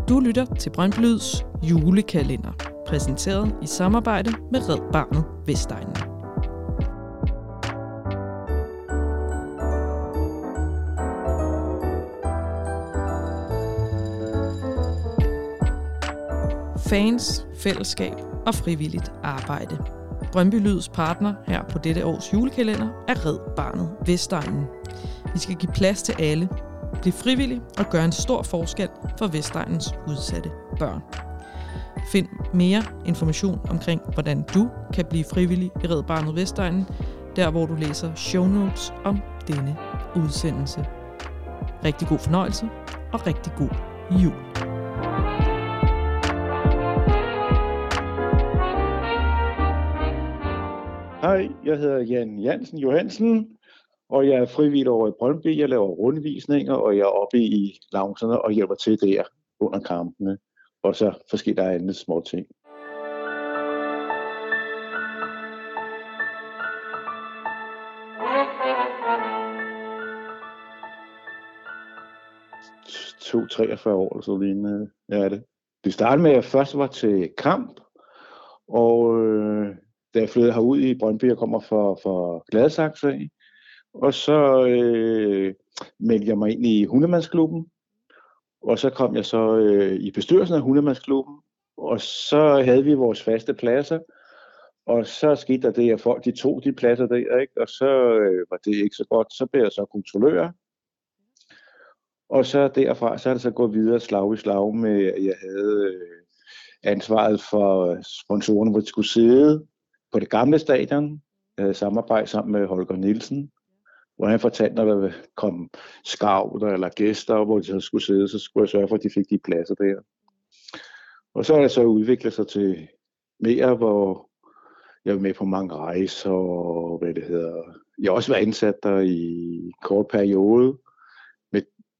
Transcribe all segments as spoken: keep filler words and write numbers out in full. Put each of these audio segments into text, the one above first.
Du lytter til Brøndby Lyds julekalender, præsenteret i samarbejde med Red Barnet Vestegnen. Fans, fællesskab og frivilligt arbejde. Brøndby Lyds partner her på dette års julekalender er Red Barnet Vestegnen. Vi skal give plads til alle, blive frivillig og gøre en stor forskel for Vestegnens udsatte børn. Find mere information omkring, hvordan du kan blive frivillig i Red Barnet Vestegnen, der hvor du læser show notes om denne udsendelse. Rigtig god fornøjelse og rigtig god jul. Hej, jeg hedder Jan Jansen Johansen, og jeg er frivillig over i Brøndby. Jeg laver rundvisninger, og jeg er oppe i loungerne og hjælper til der under kampene. Og så forskellige der andre små ting. to treogfyrre år eller så lignende er det. Det startede med, at jeg først var til kamp, og øh, da jeg flyttede herud i Brøndby, jeg kommer fra, fra Gladsaxe, og så øh, meldte jeg mig ind i hundemandsklubben, og så kom jeg så øh, i bestyrelsen af hundemandsklubben, og så havde vi vores faste pladser, og så skete der det, at folk de tog de pladser der, ikke? Og så øh, var det ikke så godt, så blev jeg så kontrollør, og så derfra, så er det så gået videre slag i slag med, at jeg havde øh, ansvaret for sponsorerne, hvor de skulle sidde på det gamle stadion. Jeg havde samarbejde sammen med Holger Nielsen, hvor han fortalte, når der kom scouter eller gæster, hvor de så skulle sidde, så skulle jeg sørge for, at de fik de pladser der. Og så er det så udviklet sig til mere, hvor jeg var med på mange rejser, og hvad det hedder. Jeg har også været ansat der i en kort periode. Med,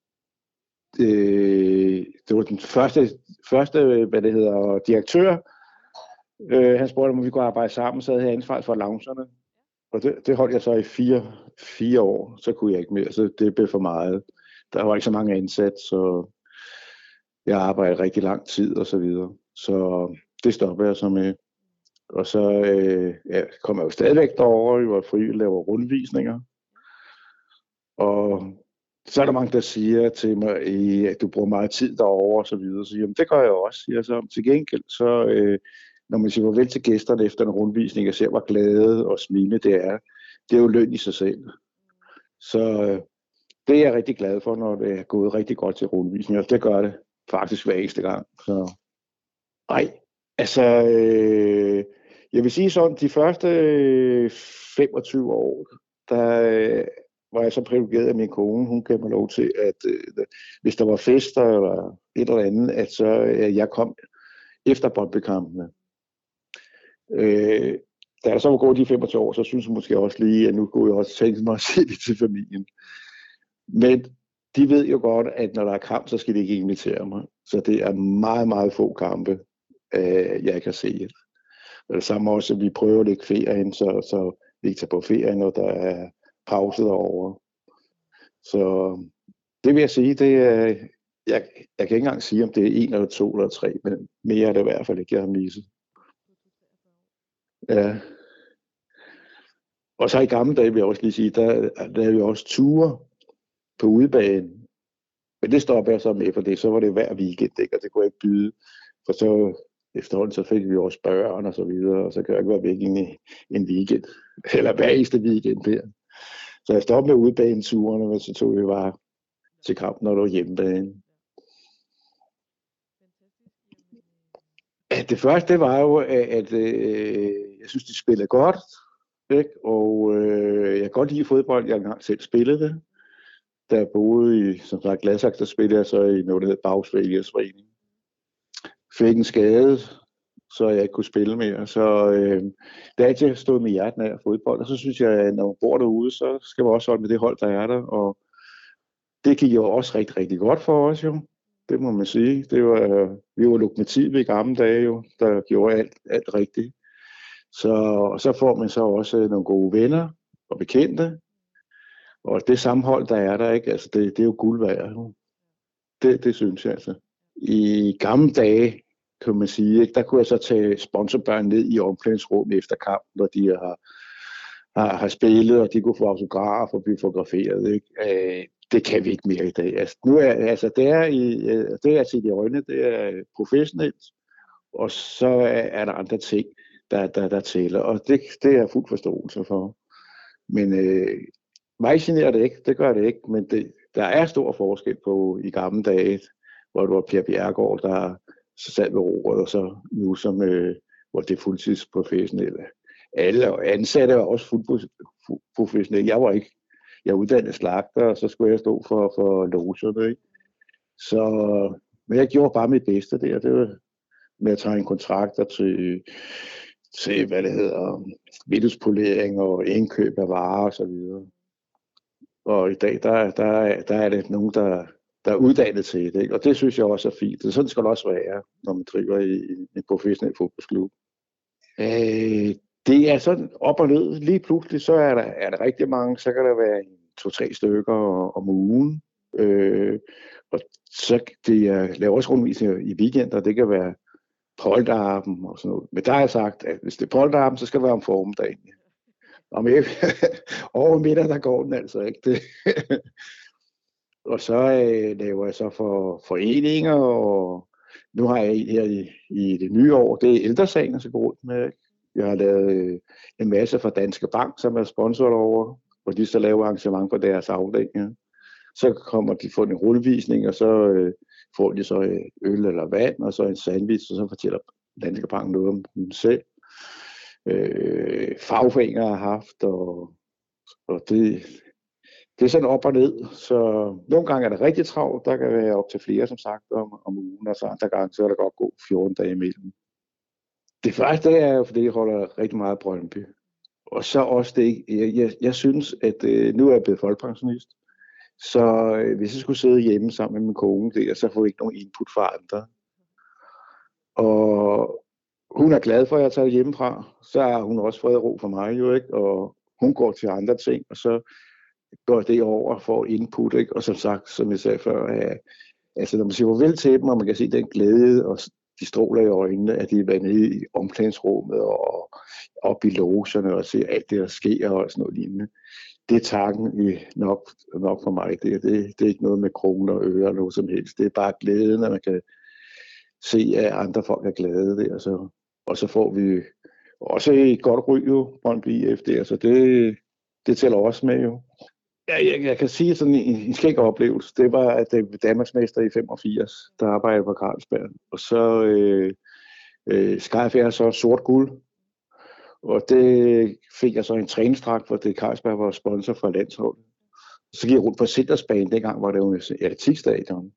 øh, det var den første, første hvad det hedder, direktør. Øh, han spurgte, om vi kunne arbejde sammen, så havde jeg ansvaret for loungerne. Og det, det holdt jeg så i fire, fire år, så kunne jeg ikke mere, så det blev for meget. Der var ikke så mange ansat, så jeg arbejdede rigtig lang tid og så videre. Så det stoppede jeg så med. Og så øh, ja, kom jeg jo stadigvæk derover, jeg var fri og laver rundvisninger. Og så er der mange, der siger til mig, at du bruger meget tid derover og så videre. Så jamen, det gør jeg også, siger jeg så. Til gengæld så... Øh, Når man siger farvel til gæsterne efter en rundvisning og ser, hvor glade og smilende det er, det er jo løn i sig selv. Så øh, det er jeg rigtig glad for, når det er gået rigtig godt til rundvisninger. Det gør det faktisk hver eneste gang. Så nej, altså, øh, jeg vil sige sådan, de første øh, femogtyve år, der øh, var jeg så privilegeret af min kone. Hun gav mig lov til, at øh, hvis der var fester eller et eller andet, at så øh, jeg kom efter Brøndby-kampene. Øh, da jeg så var gået de femogtyve år, så synes jeg måske også lige, at nu kunne jeg også tænke mig at se det til familien. Men de ved jo godt, at når der er kamp, så skal de ikke invitere mig. Så det er meget, meget få kampe, øh, jeg kan se. Og det samme også, at vi prøver at lægge ferien, så, så vi ikke tager på ferien, når der er pause derovre. Så det vil jeg sige, det er... Jeg, jeg kan ikke engang sige, om det er en eller to eller tre, men mere er det i hvert fald ikke, jeg har misset. Ja. Og så i gamle dage vil jeg også lige sige, der, der er jo også ture på udebanen. Men det stopper jeg så med, for det, så var det hver weekend, ikke? Og det kunne jeg ikke byde. For så efterhånden så fik vi også børn og så videre, og så kan jeg ikke være væk i en weekend. Eller hver eneste weekend der. Så jeg stoppede med udebaneturene, men så tog vi bare til kampen, når det var hjemmebane. Det første, det var jo, at, at øh, jeg synes, de spillede godt, ikke? Og øh, jeg kan godt lide fodbold, jeg har engang selv spillet det. Da jeg boede i, som sagt, Gladsaxe, der spillede jeg så i noget, der hedder Bagsvælgers Forening. Fik en skade, så jeg ikke kunne spille mere. Så øh, det er altid stået med hjerten af fodbold, og så synes jeg, at når man bor derude, så skal man også holde med det hold, der er der. Og det gik jo også rigtig, rigtig godt for os jo. Det må man sige. Det var, vi var lokomotiv i gamle dage jo, der gjorde alt, alt rigtigt. Så, og så får man så også nogle gode venner og bekendte. Og det sammenhold, der er der, ikke? Altså det, det er jo guld værd. Det, det synes jeg altså. i gamle dage, kan man sige, ikke? Der kunne jeg så tage sponsorbørn ned i omklædningsrummet efter kampen, når de har, har, har spillet, og de kunne få autograf og blive fotograferet. Ikke? Øh, det kan vi ikke mere i dag. Altså, nu er, altså, det er i, det er set i øjnene, det er professionelt, og så er, er der andre ting, der, der, der tæller, og det, det er jeg fuld forståelse for. Men øh, mig generer det ikke, det gør det ikke, men det, der er stor forskel på i gamle dage, hvor det var Per Bjerregaard, der sad ved roret, og så nu som, øh, hvor det er fuldtidsprofessionelle. Alle ansatte er også fuldt professionelle. Jeg var ikke, jeg er uddannet slagter, og så skulle jeg stå for, for logerne, ikke? Så, men jeg gjorde bare mit bedste der, det var med at tegne kontrakter til, til hvad det hedder, vinduespolering og indkøb af varer og så videre. Og i dag, der, der, der er det nogen, der, der er uddannet til det, ikke? Og det synes jeg også er fint. Så sådan skal det også være, når man driver i en professionel fodboldklub. Øh, det er sådan op og ned. Lige pludselig, så er der, er der rigtig mange, så kan der være to-tre stykker om ugen. Øh, og så det, jeg laver også rundvisninger i weekender, det kan være polterappen og sådan noget. Men der har jeg sagt, at hvis det er polterappen, så skal det være om formiddagen. Om ikke over middag, der går den altså ikke. Det. Og så øh, laver jeg så for foreninger, og nu har jeg en her i, i det nye år, det er Ældresagen, jeg skal gå rundt med. Jeg har lavet øh, en masse for Danske Bank, som er sponsor over, hvor de så laver arrangement på deres afdelinger. Så kommer de få en rullevisning, og så øh, får de så øl eller vand, og så en sandwich, og så fortæller Danske Bank noget om dem selv. Øh, fagforeninger har haft, og, og det, det er sådan op og ned. Så nogle gange er det rigtig travlt, der kan være op til flere, som sagt, om, om ugen, og så andre gange, så er det godt gå fjorten dage imellem. Det første det er jo, fordi jeg holder rigtig meget Brøndby. Og så også det, jeg, jeg, jeg synes, at øh, nu er jeg blevet folkepensionist, så øh, hvis jeg skulle sidde hjemme sammen med min kone der, så får jeg ikke nogen input fra andre. Og hun er glad for, at jeg tager hjemmefra, så er hun også fred og ro for mig jo, ikke? Og hun går til andre ting, og så går det over for input, ikke? Og som sagt, som jeg sagde før, at, altså når man siger farvel til dem, og man kan se den glæde, og de stråler i øjnene, at de er været nede i omklædningsrummet og op i logerne og se alt det, der sker og sådan noget lignende. Det er takken i nok, nok for mig. Det, det, det er ikke noget med kroner og øre eller noget som helst. Det er bare glæden, at man kan se, at andre folk er glade der. Og så, og så får vi også et godt ry jo, Brøndby I F der. Så det, det tæller også med jo. Jeg, jeg, jeg kan sige sådan en, en skæg oplevelse. Det var, at jeg blev Danmarksmester i femogfirs, der arbejdede på Carlsberg. Og så øh, øh, skrev jeg så sort guld. Og det fik jeg så en træningsdragt, for det Carlsberg var sponsor for landsholdet. Så gik jeg rundt på Sintersbanen, dengang var det jo en atletikstadion.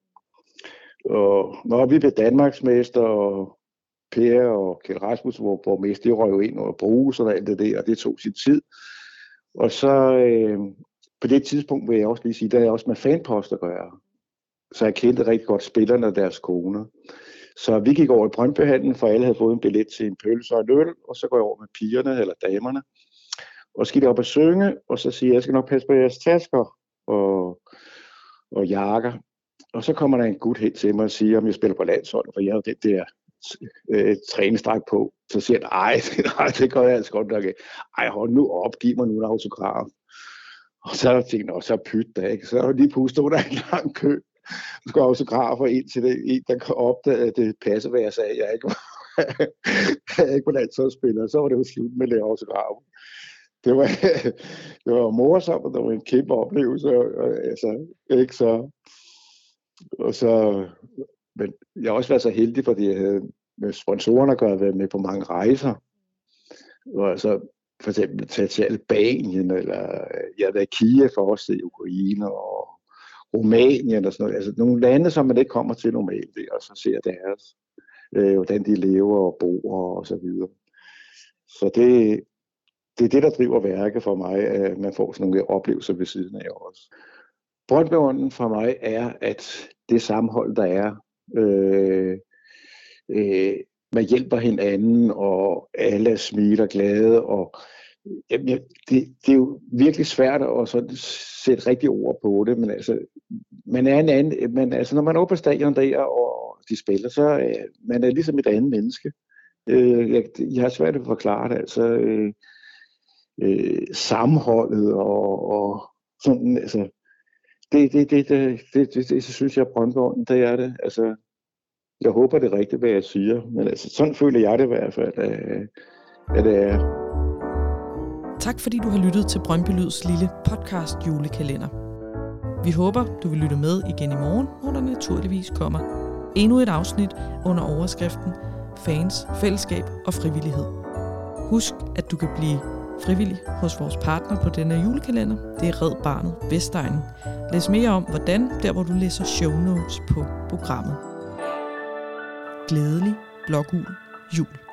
Og når vi blev Danmarksmester, og Per og Kjeld Rasmussen, hvor borgmester, de røg jo ind og bruges og alt det der, og det tog sin tid. Og så øh, på det tidspunkt vil jeg også lige sige, der er også med fanpost at gøre. Så jeg kendte rigtig godt spillerne og deres koner. Så vi gik over i Brøndbyhallen, for alle havde fået en billet til en pølse og en øl, og så går jeg over med pigerne eller damerne. Og så skal de op og synge, og så siger jeg, jeg skal nok passe på jeres tasker og, og jakker. Og så kommer der en gut hen til mig og siger, om jeg spiller på landsholdet, for jeg har den der øh, træningsdragt på. Så siger jeg, ej, nej, det gør jeg altså godt nok ikke. Ej, hold nu op, giv mig nu en autograf. Og så tænkte jeg, så pyt da, ikke? Så lige pludselig stod der en lang kø. Så skulle autografer ind til det, en, der kom opdage, at det passer, hvad jeg sagde. Jeg er ikke, jeg er ikke på landsholdsspiller. Så var det jo slut med at lave autografer. Det var, det var morsomt, og det var en kæmpe oplevelse. Og, altså, ikke så... Og så, men jeg har også været så heldig, fordi jeg havde med sponsorerne gøre været med på mange rejser. Og altså for eksempel tage til Albanien, eller jeg har været i Kiev for også i Ukraine og Rumænien og sådan noget. Altså nogle lande, som man ikke kommer til normalt, og så ser deres, øh, hvordan de lever og bor og så videre. Så det, det er det, der driver værket for mig, at man får sådan nogle oplevelser ved siden af også. Brøndbyånden for mig er, at det sammenhold, der er, øh, øh, man hjælper hinanden, og alle smiler glade, og jamen, det, det er jo virkelig svært at sådan sætte rigtige ord på det, men altså, man er en anden, men altså, når man er oppe på stadion der, og de spiller, så øh, man er ligesom et andet menneske. Øh, jeg, jeg har svært at forklare det, altså øh, øh, sammenholdet og, og sådan, altså det, det, det, det, det, det, det synes jeg, Brøndby, det er det. Altså, jeg håber, det er rigtigt, hvad jeg siger, men altså, sådan føler jeg det i hvert fald, at, at det er. Tak fordi du har lyttet til Brøndby Lyds lille podcast julekalender. Vi håber, du vil lytte med igen i morgen, hvor der naturligvis kommer endnu et afsnit under overskriften Fans, Fællesskab og Frivillighed. Husk, at du kan blive frivillig hos vores partner på denne julekalender. Det er Red Barnet Vestegnen. Læs mere om, hvordan, der hvor du læser show notes på programmet. Glædelig blågul jul.